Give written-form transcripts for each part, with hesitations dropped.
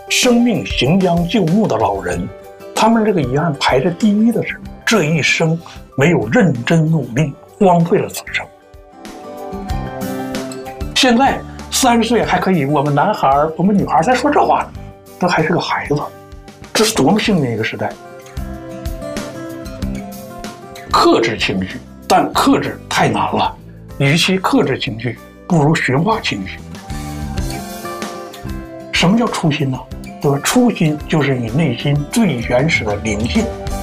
生命行将就木的老人，他们这个遗憾排在第一的是这一生没有认真努力，荒废了此生。现在30岁还可以，我们男孩我们女孩在说这话呢，都还是个孩子，这是多么幸运的一个时代。克制情绪，但克制太难了，与其克制情绪，不如驯化情绪。什么叫初心呢？对吧？初心就是你内心最原始的灵性。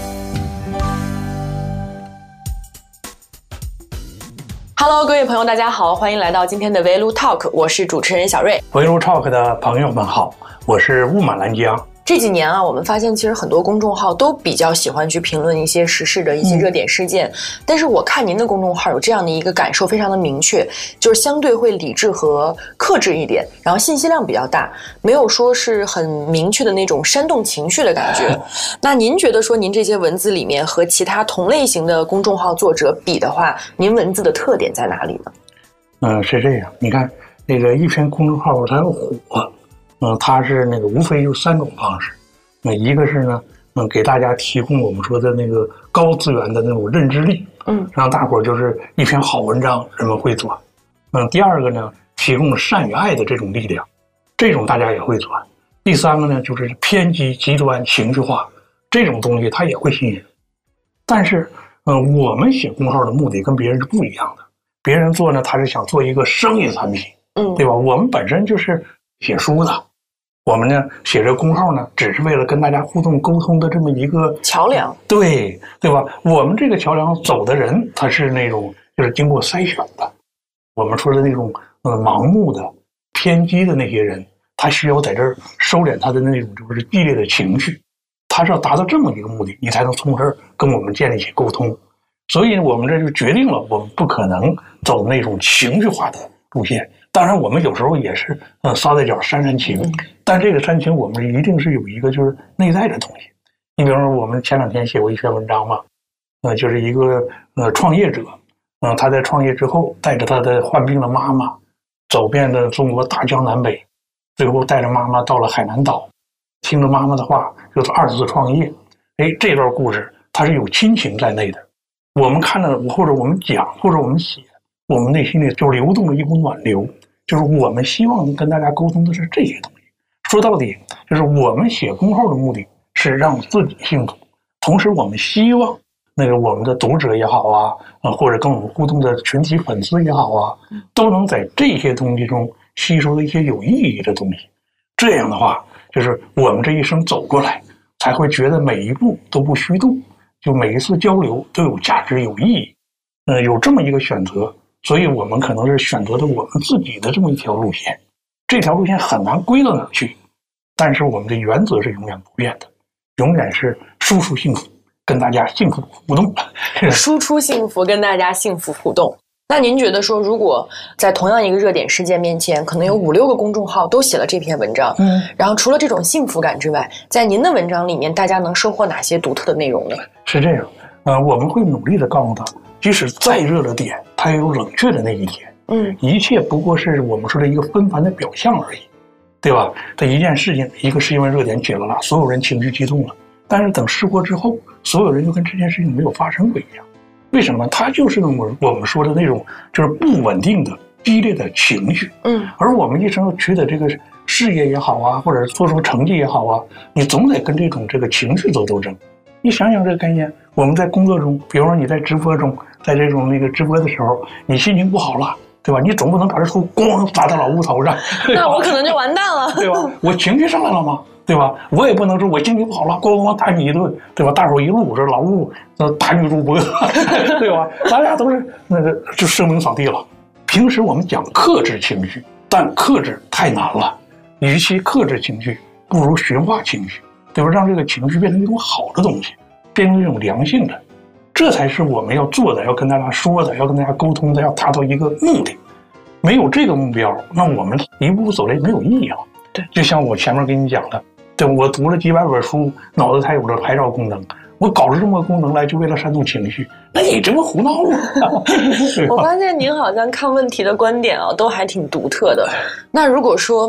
Hello， 各位朋友，大家好，欢迎来到今天的围炉 Talk， 我是主持人小瑞。 围炉 Talk 的朋友们好，我是雾满兰江。 这几年啊，我们发现其实很多公众号都比较喜欢去评论一些时事的一些热点事件，但是我看您的公众号有这样的一个感受非常的明确，就是相对会理智和克制一点，然后信息量比较大，没有说是很明确的那种煽动情绪的感觉。那您觉得说您这些文字里面和其他同类型的公众号作者比的话，您文字的特点在哪里呢？ 是这样，你看那个一篇公众号它要火，它是那个无非就3种方式，一个是呢，给大家提供我们说的那个高资源的那种认知力，让大伙儿就是一篇好文章人们会转，第二个呢，提供善与爱的这种力量，这种大家也会转，第三个呢，就是偏激极端情绪化这种东西它也会吸引人，但是我们写公号的目的跟别人是不一样的，别人做呢，他是想做一个生意产品，对吧？我们本身就是写书的，我们呢写这公号呢，只是为了跟大家互动沟通的这么一个桥梁， 对吧？我们这个桥梁走的人，他是那种就是经过筛选的，我们说的那种盲目的、偏激的那些人，他需要在这儿收敛他的那种就是激烈的情绪，他是要达到这么一个目的，你才能从这儿跟我们建立起沟通。所以我们这就决定了，我们不可能走那种情绪化的路线。当然我们有时候也是撒在脚煽情，但这个煽情我们一定是有一个就是内在的东西。你比如说我们前2天写过一篇文章嘛，就是一个创业者，他在创业之后带着他的患病的妈妈走遍了中国大江南北，最后带着妈妈到了海南岛，听着妈妈的话就是2次创业。这段故事它是有亲情在内的，我们看了或者我们讲或者我们写，我们内心里就流动了一股暖流，就是我们希望能跟大家沟通的是这些东西。说到底，就是我们写公号的目的是让自己幸福，同时我们希望那个我们的读者也好啊，或者跟我们互动的群体粉丝也好啊，都能在这些东西中吸收一些有意义的东西。这样的话，就是我们这一生走过来，才会觉得每一步都不虚度，就每一次交流都有价值有意义。有这么一个选择，所以我们可能是选择了我们自己的这么一条路线，这条路线很难归到哪儿去，但是我们的原则是永远不变的，永远是输出幸福，跟大家幸福互动。 输出幸福，跟大家幸福互动。那您觉得说，如果在同样一个热点事件面前，可能有5、6个公众号都写了这篇文章，然后除了这种幸福感之外，在您的文章里面，大家能收获哪些独特的内容呢？ 是这样，我们会努力的告诉他，即使再热的点，它也有冷却的那一天。一切不过是我们说的一个纷繁的表象而已，对吧？这一件事情，一个是因为热点起来了，所有人情绪激动了，但是等事过之后，所有人就跟这件事情没有发生过一样。为什么？它就是我们说的那种就是不稳定的激烈的情绪。而我们一生取得这个事业也好啊，或者做出成绩也好啊，你总得跟这个情绪做斗争。你想想这个概念，我们在工作中，比如说你在直播中，在这种直播的时候，你心情不好了，对吧？你总不能把这书咣砸到老吴头上， 那我可能就完蛋了， 对吧？我情绪上来了吗？对吧？我也不能说我心情不好了，咣咣打你一顿，对吧？大伙一路这老吴打女主播，对吧？咱俩都是那个就声名扫地了。平时我们讲克制情绪，但克制太难了，与其克制情绪，不如驯化情绪，对吧？让这个情绪变成一种好的东西，变成一种良性的，这才是我们要做的，要跟大家说的，要跟大家沟通的，要达到一个目的。没有这个目标，那我们一步步走来没有意义了。 对， 就像我前面跟你讲的，对，我读了几百本书，脑子才有了拍照功能。我搞出这么个功能来，就为了煽动情绪，那你这么胡闹啊！ 我发现您好像看问题的观点啊，都还挺独特的。那如果说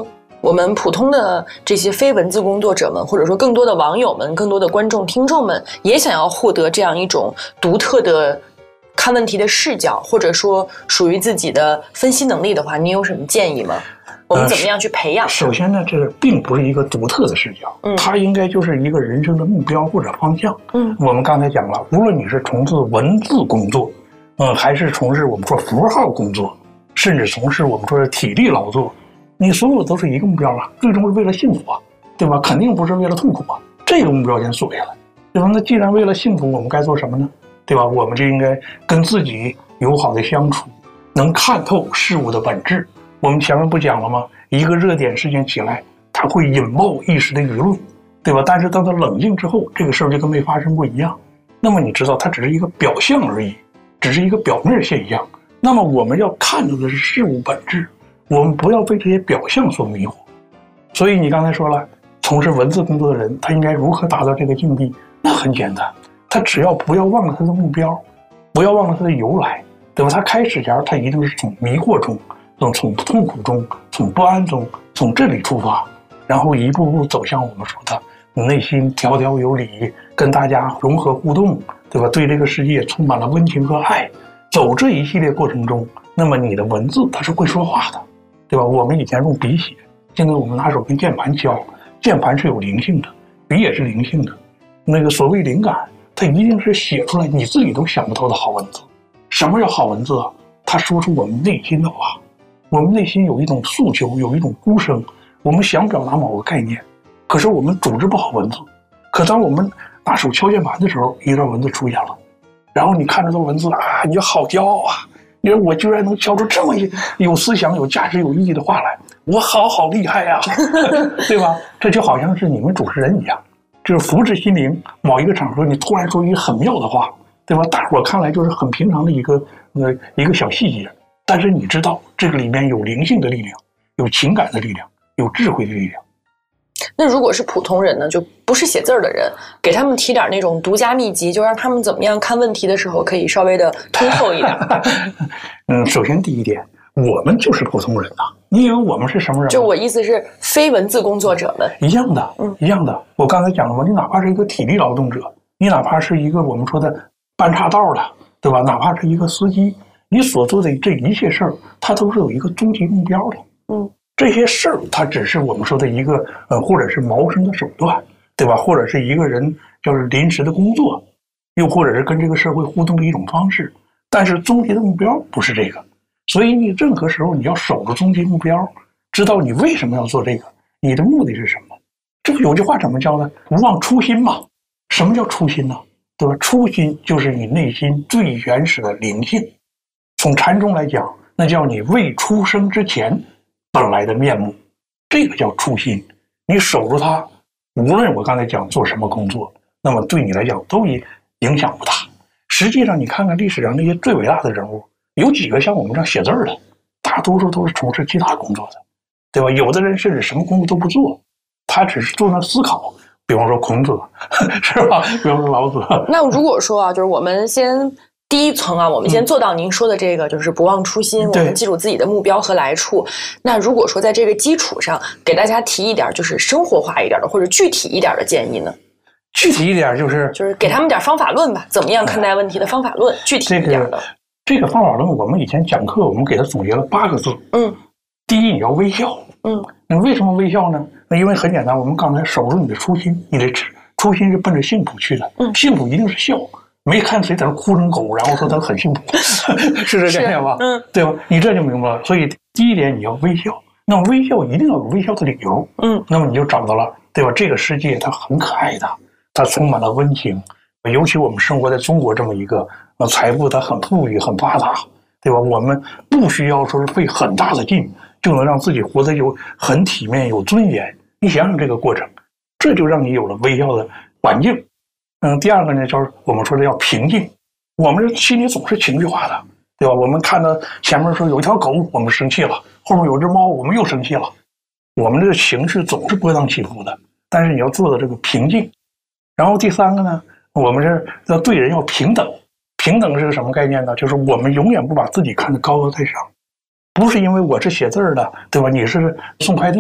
我们普通的这些非文字工作者们，或者说更多的网友们、更多的观众、听众们，也想要获得这样一种独特的看问题的视角，或者说属于自己的分析能力的话，你有什么建议吗？我们怎么样去培养？ 首先呢，这并不是一个独特的视角，它应该就是一个人生的目标或者方向。我们刚才讲了，无论你是从事文字工作，还是从事我们说符号工作，甚至从事我们说的体力劳作，你所有都是一个目标啊，最终是为了幸福啊，对吧？肯定不是为了痛苦啊，这个目标先锁下来，对吧？那既然为了幸福，我们该做什么呢？对吧？我们就应该跟自己友好的相处，能看透事物的本质。我们前面不讲了吗？一个热点事件起来，它会引爆一时的舆论，对吧？但是当它冷静之后，这个事儿就跟没发生过一样。那么你知道，它只是一个表象而已，只是一个表面现象。那么我们要看到的是事物本质，我们不要被这些表象所迷惑。所以你刚才说了，从事文字工作的人，他应该如何达到这个境地？那很简单，他只要不要忘了他的目标，不要忘了他的由来，对吧？他开始前他一定是从迷惑中，从痛苦中，从不安中，从这里出发，然后一步步走向我们说的内心条条有理，跟大家融合互动，对吧？对这个世界充满了温情和爱。走这一系列过程中，那么你的文字它是会说话的，对吧？我们以前用笔写，现在我们拿手跟键盘敲，键盘是有灵性的，笔也是灵性的。那个所谓灵感，它一定是写出来你自己都想不到的好文字。什么叫好文字啊？它说出我们内心的话。我们内心有一种诉求，有一种孤声，我们想表达某个概念，可是我们组织不好文字。可当我们拿手敲键盘的时候，一段文字出现了，然后你看着这文字啊，你就好骄傲啊！你说我居然能敲出这么有思想、有价值、有意义的话来，我好厉害呀，对吧？这就好像是你们主持人一样，就是福至心灵。某一个场合，你突然说一个很妙的话，对吧？大伙看来就是很平常的一个小细节。但是你知道，这个里面有灵性的力量，有情感的力量，有智慧的力量。 那如果是普通人呢，就不是写字儿的人，给他们提点那种独家秘籍，就让他们怎么样看问题的时候可以稍微的通透一点。 首先第一点，我们就是普通人呐。你以为我们是什么人？ 就我意思是，非文字工作者们一样的，一样的。我刚才讲了嘛，你哪怕是一个体力劳动者，你哪怕是一个我们说的搬岔道的，对吧？哪怕是一个司机。你所做的这一切事儿，它都是有一个终极目标的。这些事儿它只是我们说的一个或者是谋生的手段，对吧？或者是一个人就是临时的工作，又或者是跟这个社会互动的一种方式。但是终极的目标不是这个，所以你任何时候你要守住终极目标，知道你为什么要做这个，你的目的是什么。这个有句话怎么叫呢？不忘初心嘛。什么叫初心呢？对吧？初心就是你内心最原始的灵性。从禅宗来讲，那叫你未出生之前本来的面目，这个叫初心。你守住它，无论我刚才讲做什么工作，那么对你来讲都影响不大。实际上你看看历史上那些最伟大的人物，有几个像我们这样写字的？大多数都是从事其他工作的，对吧？有的人甚至什么工作都不做，他只是坐那思考。比方说孔子，是吧？比方说老子。 那如果说啊，就是我们先第一层啊，我们先做到您说的这个，就是不忘初心，我们记住自己的目标和来处。那如果说在这个基础上，给大家提一点就是生活化一点的或者具体一点的建议呢？ 具体一点就是给他们点方法论吧，怎么样看待问题的方法论，具体一点的。 这个方法论，我们以前讲课，我们给它总结了8个字。第一，你要微笑。那为什么微笑呢？那因为很简单，我们刚才守住你的初心，你的初心是奔着幸福去的。幸福一定是笑。没看谁在那哭成狗，然后说他很幸福，是这概念吧？对吧？你这就明白了。所以第一点，你要微笑。那么微笑一定要有微笑的理由。那么你就找到了，对吧？这个世界它很可爱的，它充满了温情。尤其我们生活在中国这么一个财富它很富裕、很发达，对吧？我们不需要说是费很大的劲就能让自己活得有很体面、有尊严。你想想这个过程，这就让你有了微笑的环境。第二个呢，就是我们说的要平静。我们心里总是情绪化的，对吧？我们看到前面说有一条狗，我们生气了；后面有只猫，我们又生气了。我们这个情绪总是波荡起伏的，但是你要做到这个平静。然后第三个呢，我们是要对人要平等。平等是个什么概念呢？就是我们永远不把自己看得高高在上，不是因为我是写字的，对吧？你是送快递的，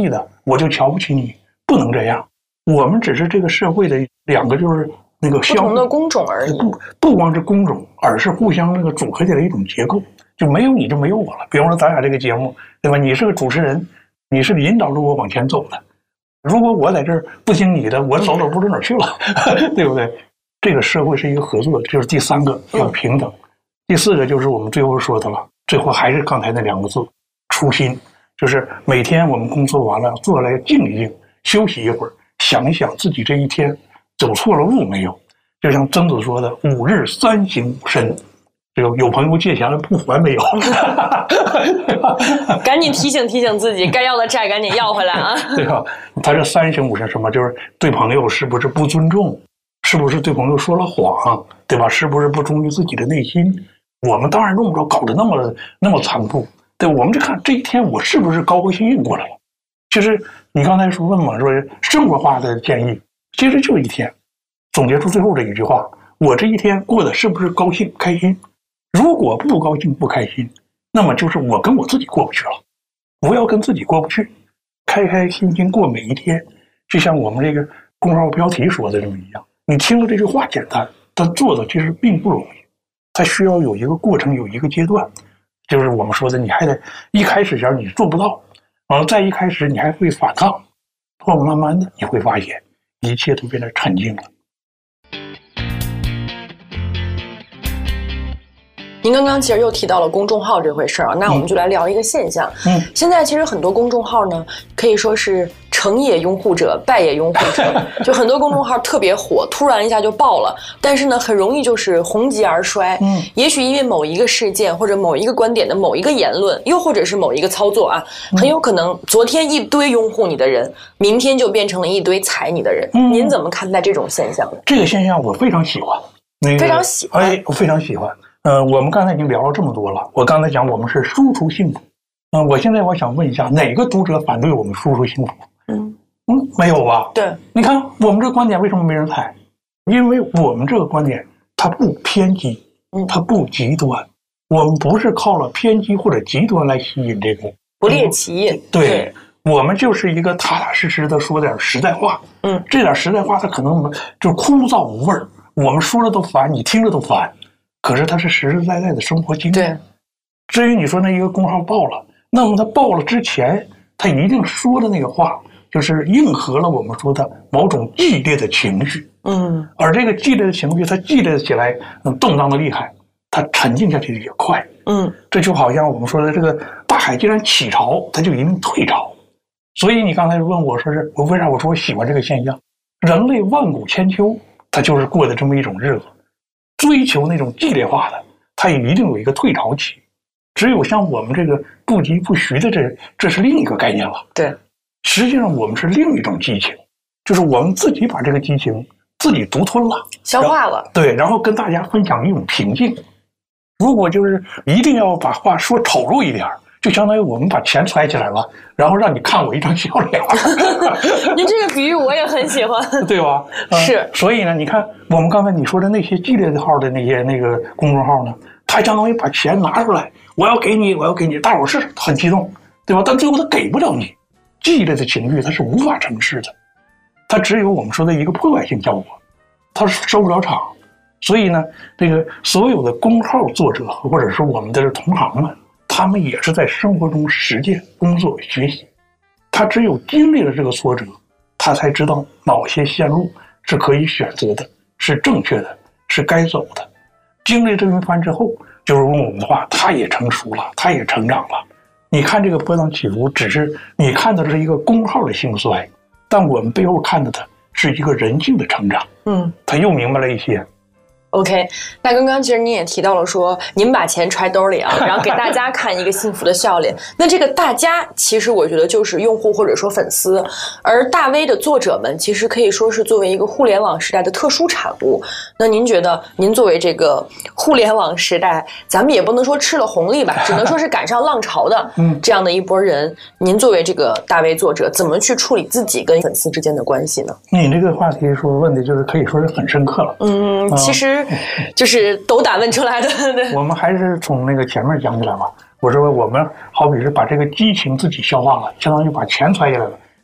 我就瞧不起你，不能这样。我们只是这个社会的两个就是那个不同的工种而已。 不光是工种，而是互相那个组合起来一种结构，就没有你就没有我了。比方说咱俩这个节目，对吧？你是个主持人，你是引导着我往前走的。如果我在这儿不听你的，我走不知哪儿去了，对不对？这个社会是一个合作的，这是第三个要平等。第四个就是我们最后说的了，最后还是刚才那两个字，初心，就是每天我们工作完了坐下来静一静，休息一会儿，想一想自己这一天走错了路没有。就像曾子说的，5日3省吾身。这个有朋友借钱了不还没有？ 赶紧提醒提醒自己，该要的债赶紧要回来啊！ 对吧？他这3省吾身什么？就是对朋友是不是不尊重？是不是对朋友说了谎？对吧？是不是不忠于自己的内心？我们当然用不着搞得那么残酷。对，我们就看这一天我是不是高高兴兴过来了。其实你刚才说问嘛，说生活化的建议，其实就一天，总结出最后这一句话：我这一天过得是不是高兴开心？如果不高兴不开心，那么就是我跟我自己过不去了。不要跟自己过不去，开开心心过每一天。就像我们这个公号标题说的这么一样，你听了这句话简单，但做的其实并不容易，它需要有一个过程，有一个阶段。就是我们说的，你还得一开始前你做不到，然后再一开始你还会反抗，后慢慢的你会发现一切都变得沉静了。 您刚刚其实又提到了公众号这回事儿啊，那我们就来聊一个现象。现在其实很多公众号呢，可以说是成也拥护者，败也拥护者。就很多公众号特别火，突然一下就爆了，但是呢，很容易就是红极而衰。也许因为某一个事件或者某一个观点的某一个言论，又或者是某一个操作啊，很有可能昨天一堆拥护你的人，明天就变成了一堆踩你的人。您怎么看待这种现象呢？ 这个现象我非常喜欢， 非常喜欢， 我非常喜欢。我们刚才已经聊了这么多了。我刚才讲我们是输出幸福，我现在我想问一下，哪个读者反对我们输出幸福？没有吧？ 对， 你看我们这个观点为什么没人采？因为我们这个观点它不偏激，它不极端，我们不是靠了偏激或者极端来吸引这个不猎奇。 对，我们就是一个踏踏实实的说点实在话。这点实在话它可能就枯燥无味儿，我们说了都烦，你听着都烦。可是它是实实在在的生活经历。 对， 至于你说那一个公号爆了，那么他爆了之前，他一定说的那个话，就是应和了我们说的某种激烈的情绪。而这个激烈的情绪，它激烈起来，动荡的厉害，它沉静下去也快。这就好像我们说的这个大海既然起潮，它就一定退潮。所以你刚才问我说是我为啥我说我喜欢这个现象？人类万古千秋，它就是过的这么一种日子。追求那种激烈化的，它也一定有一个退潮期。只有像我们这个不疾不徐的，这是另一个概念了。 对， 实际上我们是另一种激情，就是我们自己把这个激情自己独吞了， 消化了。 对，然后跟大家分享一种平静。如果就是一定要把话说丑陋一点，就相当于我们把钱揣起来了，然后让你看我一张笑脸。 您这个比喻我也很喜欢， 对吧？ 是。 所以呢，你看我们刚才你说的那些激烈的号的那个公众号呢，他相当于把钱拿出来，我要给你，大伙是很激动，对吧？但最后他给不了你，激烈的情绪他是无法承受的，他只有我们说的一个破坏性效果，他收不了场。所以呢，这个所有的公号作者或者是我们的同行们，他们也是在生活中实践、工作、学习。他只有经历了这个挫折，他才知道哪些线路是可以选择的，是正确的，是该走的。经历这一番之后，就是用我们的话，他也成熟了，他也成长了。你看这个波荡起伏，只是你看到的是一个公号的兴衰，但我们背后看到的是一个人性的成长。他又明白了一些。 OK， 那刚刚其实您也提到了说，您把钱揣兜里啊，然后给大家看一个幸福的笑脸。那这个大家，其实我觉得就是用户或者说粉丝，而大 V 的作者们，其实可以说是作为一个互联网时代的特殊产物。那您觉得，您作为这个互联网时代，咱们也不能说吃了红利吧，只能说是赶上浪潮的这样的一波人，您作为这个大 V 作者，怎么去处理自己跟粉丝之间的关系呢？ 你这个话题说问的就是可以说是很深刻了。 其实就是斗胆问出来的。 我们还是从那个前面讲起来吧。我说我们好比是把这个激情自己消化了，相当于把钱揣起来了，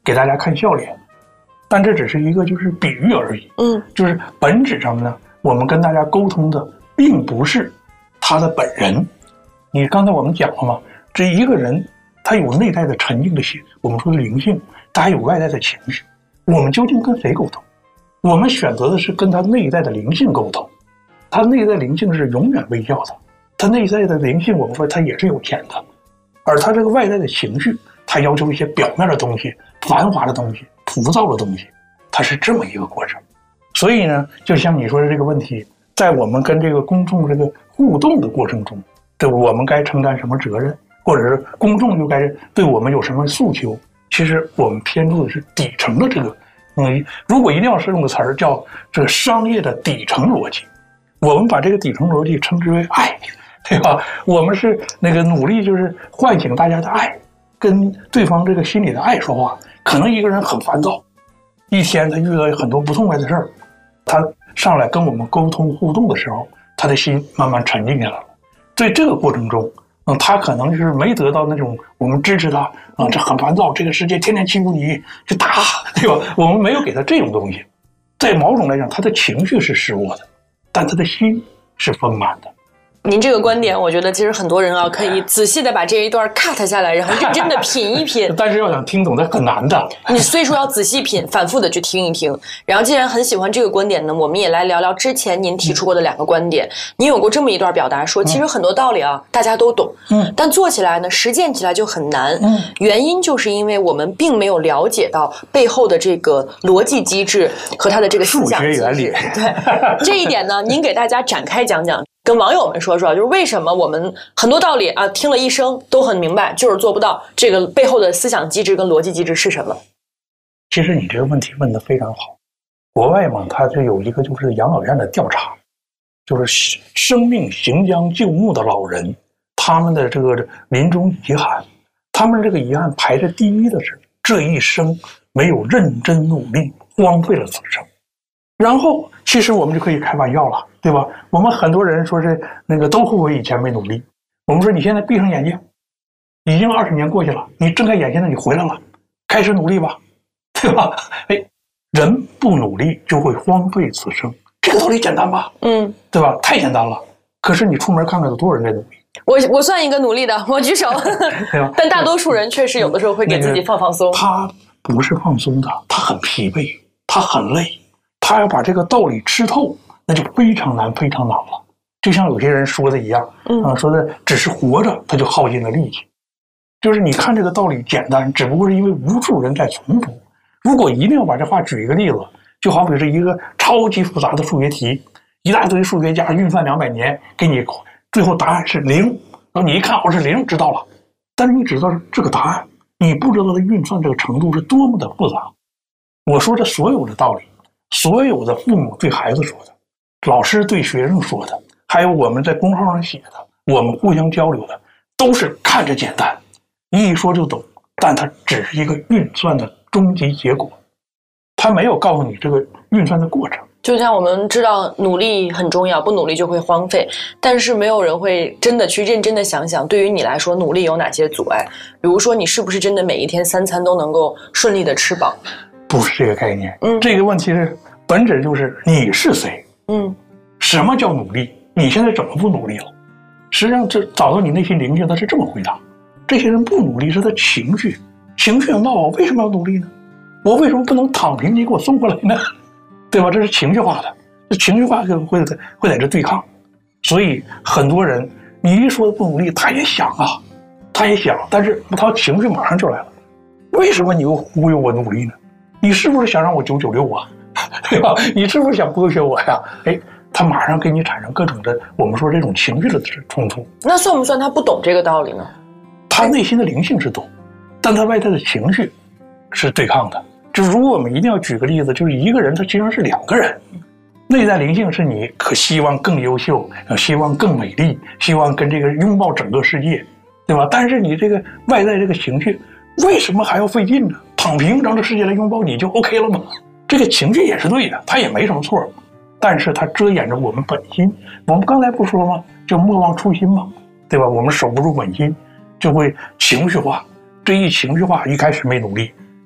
给大家看笑脸，但这只是一个就是比喻而已。就是本质上呢，我们跟大家沟通的并不是他的本人。你刚才我们讲了嘛，这一个人他有内在的沉静的心，我们说的灵性，他还有外在的情绪。我们究竟跟谁沟通？我们选择的是跟他内在的灵性沟通。他内在灵性是永远微笑的，他内在的灵性我们说他也是有钱的，而他这个外在的情绪，他要求一些表面的东西、繁华的东西、浮躁的东西，它是这么一个过程。所以呢，就像你说的这个问题，在我们跟这个公众这个互动的过程中，对我们该承担什么责任，或者是公众就该对我们有什么诉求，其实我们偏重的是底层的这个如果一定要是用个词儿叫这个商业的底层逻辑，我们把这个底层逻辑称之为爱，对吧？我们是那个努力就是唤醒大家的爱，跟对方这个心里的爱说话。可能一个人很烦躁，一天他遇到很多不痛快的事儿，他上来跟我们沟通互动的时候，他的心慢慢沉静下来了。在这个过程中，他可能是没得到那种我们支持他这很烦躁，这个世界天天欺负你，就打，对吧？我们没有给他这种东西。在某种来讲，他的情绪是失落的，但他的心是丰满的。 您这个观点，我觉得其实很多人啊，可以仔细的把这一段 cut 下来，然后认真的品一品。 但是要想听懂，它很难的。 你所以说要仔细品，反复的去听一听。然后既然很喜欢这个观点呢，我们也来聊聊之前您提出过的2个观点。您有过这么一段表达说，其实很多道理啊，大家都懂，但做起来呢，实践起来就很难。原因就是因为我们并没有了解到背后的这个逻辑机制和它的这个思想机制。 数学原理。 对这一点呢，您给大家展开讲讲。跟网友们说说，就是为什么我们很多道理啊，听了一生都很明白，就是做不到。这个背后的思想机制跟逻辑机制是什么？ 其实你这个问题问得非常好。国外嘛，它就有一个就是养老院的调查，就是生命行将就木的老人，他们的这个临终遗憾，他们这个遗憾排在第一的是这一生没有认真努力，荒废了此生。然后其实我们就可以开玩笑了，对吧？我们很多人说是那个都后悔以前没努力。我们说你现在闭上眼睛，已经20年过去了，你睁开眼睛了，你回来了，开始努力吧，对吧？人不努力就会荒废此生，这个道理简单吧？对吧？太简单了。可是你出门看看有多少人在努力？ 我算一个努力的，我举手。对吧？但大多数人确实有的时候会给自己放松。 他不是放松的，他很疲惫，他很累。他要把这个道理吃透，那就非常难，非常难了。就像有些人说的一样，说的只是活着，他就耗尽了力气。就是你看这个道理简单，只不过是因为无数人在重复。如果一定要把这话举一个例子，就好比是一个超级复杂的数学题，一大堆数学家运算200年，给你最后答案是0，然后你一看是0，知道了。但是你只知道这个答案，你不知道它运算这个程度是多么的复杂。我说这所有的道理，所有的父母对孩子说的，老师对学生说的，还有我们在公号上写的，我们互相交流的，都是看着简单，你一说就懂，但它只是一个运算的终极结果，它没有告诉你这个运算的过程。 就像我们知道努力很重要，不努力就会荒废，但是没有人会真的去认真的想想，对于你来说努力有哪些阻碍。比如说你是不是真的每一天3餐都能够顺利的吃饱？ 不是这个概念。这个问题是本质就是你是谁？什么叫努力？你现在怎么不努力了？实际上这找到你内心灵性，他是这么回答：这些人不努力是他情绪很闹，我为什么要努力呢？我为什么不能躺平，你给我送过来呢？对吧？这是情绪化的，这情绪化会在这对抗。所以很多人你一说不努力，他也想，但是他情绪马上就来了。为什么你又忽悠我努力呢？你是不是想让我996啊？对吧？你是不是想剥削我呀？他马上给你产生各种的我们说这种情绪的冲突。那算不算他不懂这个道理呢？ 他内心的灵性是懂，但他外在的情绪是对抗的。就是如果我们一定要举个例子，就是一个人他其实是2个人，内在灵性是你可希望更优秀，希望更美丽，希望跟这个拥抱整个世界，对吧？但是你这个外在这个情绪为什么还要费劲呢？躺平让这世界来拥抱你就 OK 了吗？这个情绪也是对的，他也没什么错，但是他遮掩着我们本心。我们刚才不说吗？就莫忘初心嘛，对吧？我们守不住本心，就会情绪化。这一情绪化，一开始没努力，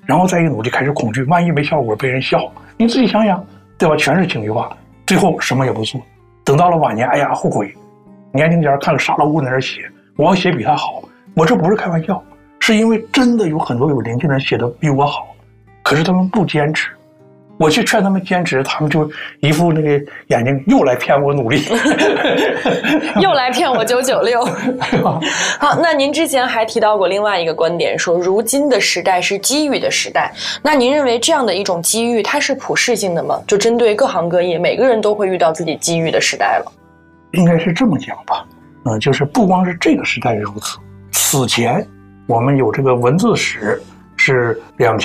然后再一努力开始恐惧，万一没效果被人笑，你自己想想，对吧？全是情绪化，最后什么也不做，等到了晚年，哎呀后悔。年轻点看了沙老五在那写，我要写比他好，我这不是开玩笑，是因为真的有很多有灵性的人写的比我好，可是他们不坚持。我去劝他们坚持，他们就一副那个眼睛又来骗我努力， 又来骗我996。好，那您之前还提到过另外一个观点，说如今的时代是机遇的时代。那您认为这样的一种机遇，它是普世性的吗？就针对各行各业，每个人都会遇到自己机遇的时代了？ 应该是这么讲吧，就是不光是这个时代如此，此前我们有这个文字史是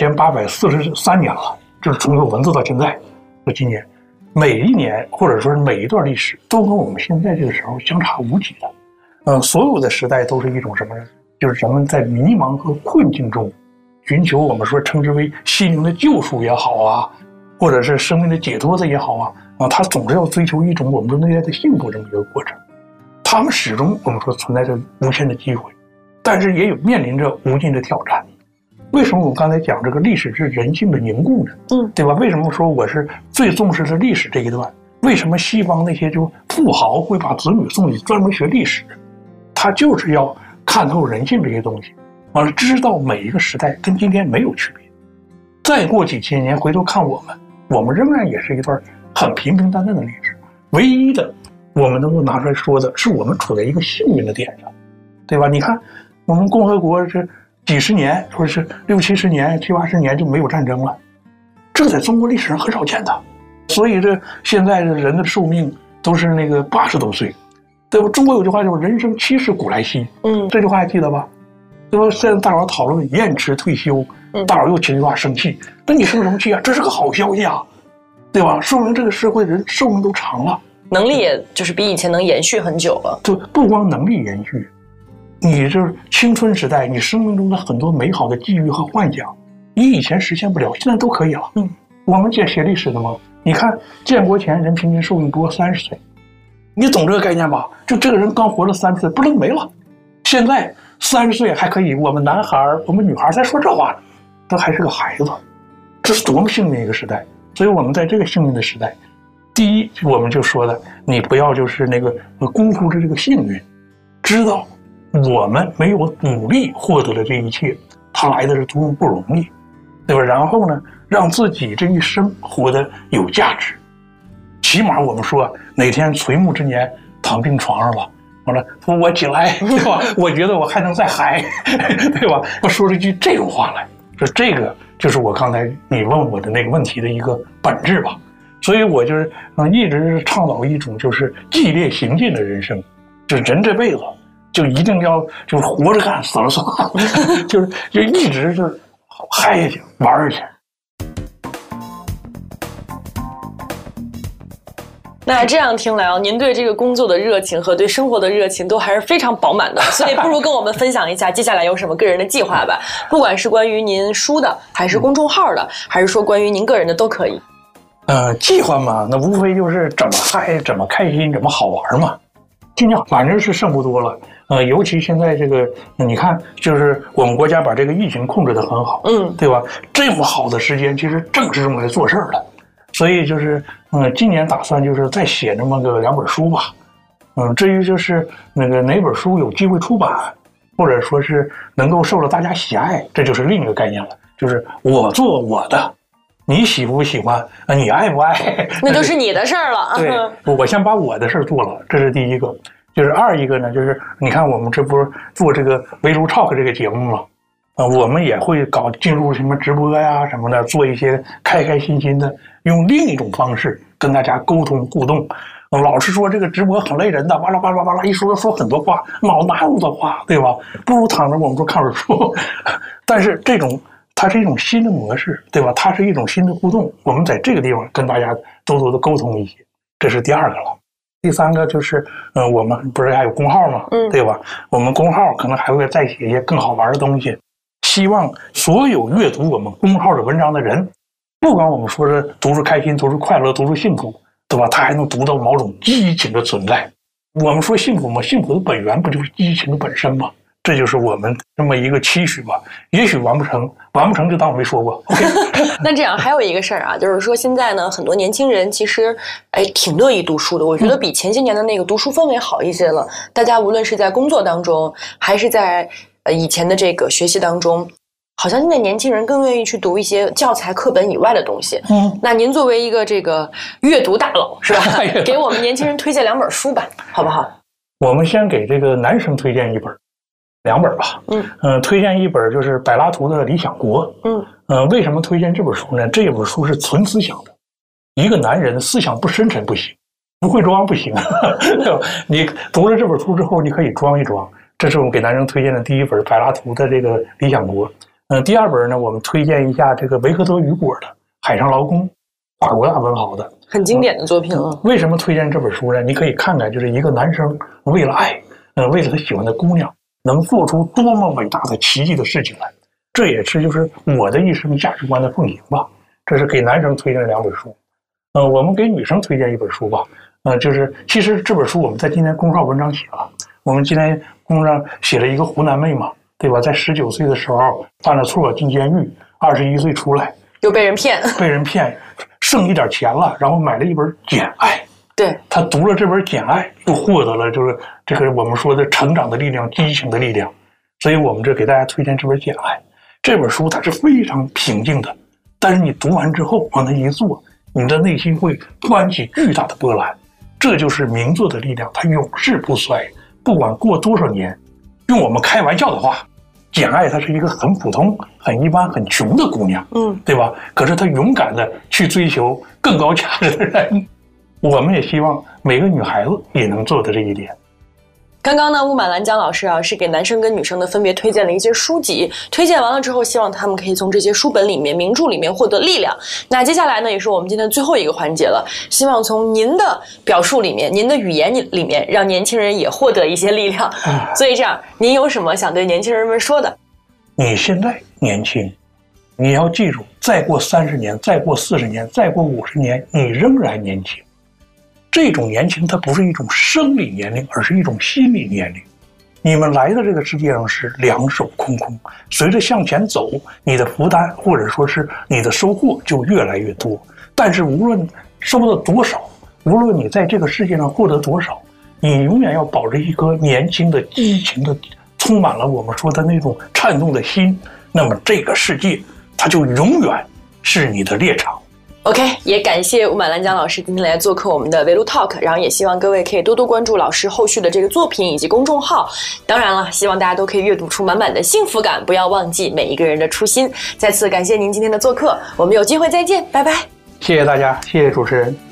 2843年了。就是从有文字到现在，到今年，每一年或者说是每一段历史，都跟我们现在这个时候相差无几的。所有的时代都是一种什么呢？就是人们在迷茫和困境中，寻求我们说称之为心灵的救赎也好啊，或者是生命的解脱的也好啊，他总是要追求一种我们说内在的幸福这么一个过程。他们始终我们说存在着无限的机会，但是也有面临着无尽的挑战。为什么我刚才讲这个历史是人性的凝固呢？对吧？为什么说我是最重视的历史这一段？为什么西方那些就富豪会把子女送去专门学历史？他就是要看透人性这些东西，完了知道每一个时代跟今天没有区别。再过几千年回头看我们仍然也是一段很平平淡淡的历史。唯一的我们能够拿出来说的是我们处在一个幸运的点上，对吧？你看我们共和国这几十年，或者是60、70年、70、80年就没有战争了，这在中国历史上很少见的。所以这现在的人的寿命都是那个80多岁，对吧？中国有句话叫"人生70古来稀"，这句话还记得吧？对吧？现在大伙讨论延迟退休，大伙又情绪化生气，那你生什么气啊？这是个好消息啊，对吧？说明这个社会人寿命都长了， 能力也就是比以前能延续很久了。 就不光能力延续。你就是青春时代，你生命中的很多美好的际遇和幻想，你以前实现不了，现在都可以了。我们写历史的嘛，你看建国前人平均寿命多30岁，你懂这个概念吧？就这个人刚活了30岁，不能没了。现在30岁还可以，我们男孩我们女孩才说这话呢，都还是个孩子，这是多么幸运一个时代。所以我们在这个幸运的时代，第一我们就说的，你不要就是那个辜负了这个幸运，知道我们没有努力获得了这一切，它来的是多么不容易，对吧？然后呢，让自己这一生活得有价值。起码我们说哪天垂暮之年躺病床上了，完了扶我起来，对吧？我觉得我还能再嗨，对吧？我说了一句这种话来，说这个就是我刚才你问我的那个问题的一个本质吧。所以我就是一直是倡导一种就是激烈行进的人生，就是人这辈子就一定要就是活着干，死了算，就一直就是嗨下去，玩下去。 那这样听来啊，您对这个工作的热情和对生活的热情都还是非常饱满的，所以不如跟我们分享一下接下来有什么个人的计划吧，不管是关于您书的，还是公众号的，还是说关于您个人的都可以。 计划嘛，那无非就是怎么嗨，怎么开心，怎么好玩嘛。今年反正是剩不多了，尤其现在这个，你看，就是我们国家把这个疫情控制得很好，对吧？这么好的时间，其实正是用来做事儿的。所以就是，今年打算就是再写那么个2本书吧。至于就是那个哪本书有机会出版，或者说是能够受到大家喜爱，这就是另一个概念了。就是我做我的，你喜不喜欢，你爱不爱， 那就是你的事儿了。 对，我先把我的事儿做了，这是第一个。就是二一个呢，就是你看我们这不是做这个围炉 Talk 这个节目吗？我们也会进入什么直播呀什么的，做一些开开心心的，用另一种方式跟大家沟通互动。老是说这个直播很累人的，哇啦哇啦哇啦一说很多话，脑哪有的话，对吧？不如躺着我们说看本书。但是这种它是一种新的模式，对吧？它是一种新的互动，我们在这个地方跟大家多的沟通一些，这是第二个了。第三个就是，我们不是还有公号吗？对吧？我们公号可能还会再写一些更好玩的东西，希望所有阅读我们公号的文章的人，不管我们说是读书开心、读书快乐、读书幸福，对吧？他还能读到某种激情的存在。我们说幸福嘛，幸福的本源不就是激情的本身吗？ 这就是我们这么一个期许吧。也许完不成，完不成就当我没说过。OK 。 那这样还有一个事儿啊，就是说现在呢，很多年轻人其实挺乐意读书的。我觉得比前些年的那个读书氛围好一些了。大家无论是在工作当中，还是在以前的这个学习当中，好像现在年轻人更愿意去读一些教材课本以外的东西。那您作为一个这个阅读大佬是吧？给我们年轻人推荐2本书吧，好不好？ 我们先给这个男生推荐2本吧。推荐一本就是柏拉图的《理想国》。为什么推荐这本书呢？这本书是纯思想的。一个男人思想不深沉不行，不会装不行。对吧？你读了这本书之后，你可以装一装。这是我们给男生推荐的第一本柏拉图的这个《理想国》。第2本呢，我们推荐一下这个维克多·雨果的《海上劳工》，法国大文豪的， 很经典的作品了。 为什么推荐这本书呢？你可以看看，就是一个男生为了爱，为了他喜欢的姑娘，能做出多么伟大的奇迹的事情来。这也是就是我的一生价值观的奉行吧。这是给男生推荐的2本书。我们给女生推荐一本书吧。就是其实这本书我们在今天公号文章写了。我们今天公上写了一个湖南妹嘛，对吧？在19岁的时候犯了错进监狱，21岁出来又被人骗， 剩一点钱了，然后买了一本《简爱》。 对， 他读了这本《简爱》，就获得了就是这个我们说的成长的力量、激情的力量。所以我们这给大家推荐这本《简爱》。这本书它是非常平静的，但是你读完之后往那一坐，你的内心会翻起巨大的波澜。这就是名作的力量，它永世不衰，不管过多少年。用我们开玩笑的话，简爱她是一个很普通、很一般、很穷的姑娘，对吧？可是她勇敢的去追求更高价值的人。我们也希望每个女孩子也能做到这一点。 刚刚呢，乌满兰江老师啊，是给男生跟女生呢分别推荐了一些书籍，推荐完了之后，希望他们可以从这些书本里面、名著里面获得力量。那接下来呢，也是我们今天最后一个环节了，希望从您的表述里面、您的语言里面，让年轻人也获得一些力量。所以这样，您有什么想对年轻人们说的？ 你现在年轻，你要记住，再过30年，再过40年，再过50年，你仍然年轻。这种年轻它不是一种生理年龄，而是一种心理年龄。你们来到这个世界上是2手空空，随着向前走，你的负担或者说是你的收获就越来越多。但是无论收到多少，无论你在这个世界上获得多少，你永远要保持一颗年轻的、激情的、充满了我们说的那种颤动的心，那么这个世界它就永远是你的猎场。 OK， 也感谢乌满兰江老师今天来做客我们的围炉 Talk， 然后也希望各位可以多多关注老师后续的这个作品以及公众号。当然了，希望大家都可以阅读出满满的幸福感，不要忘记每一个人的初心。再次感谢您今天的做客，我们有机会再见，拜拜。 谢谢大家，谢谢主持人。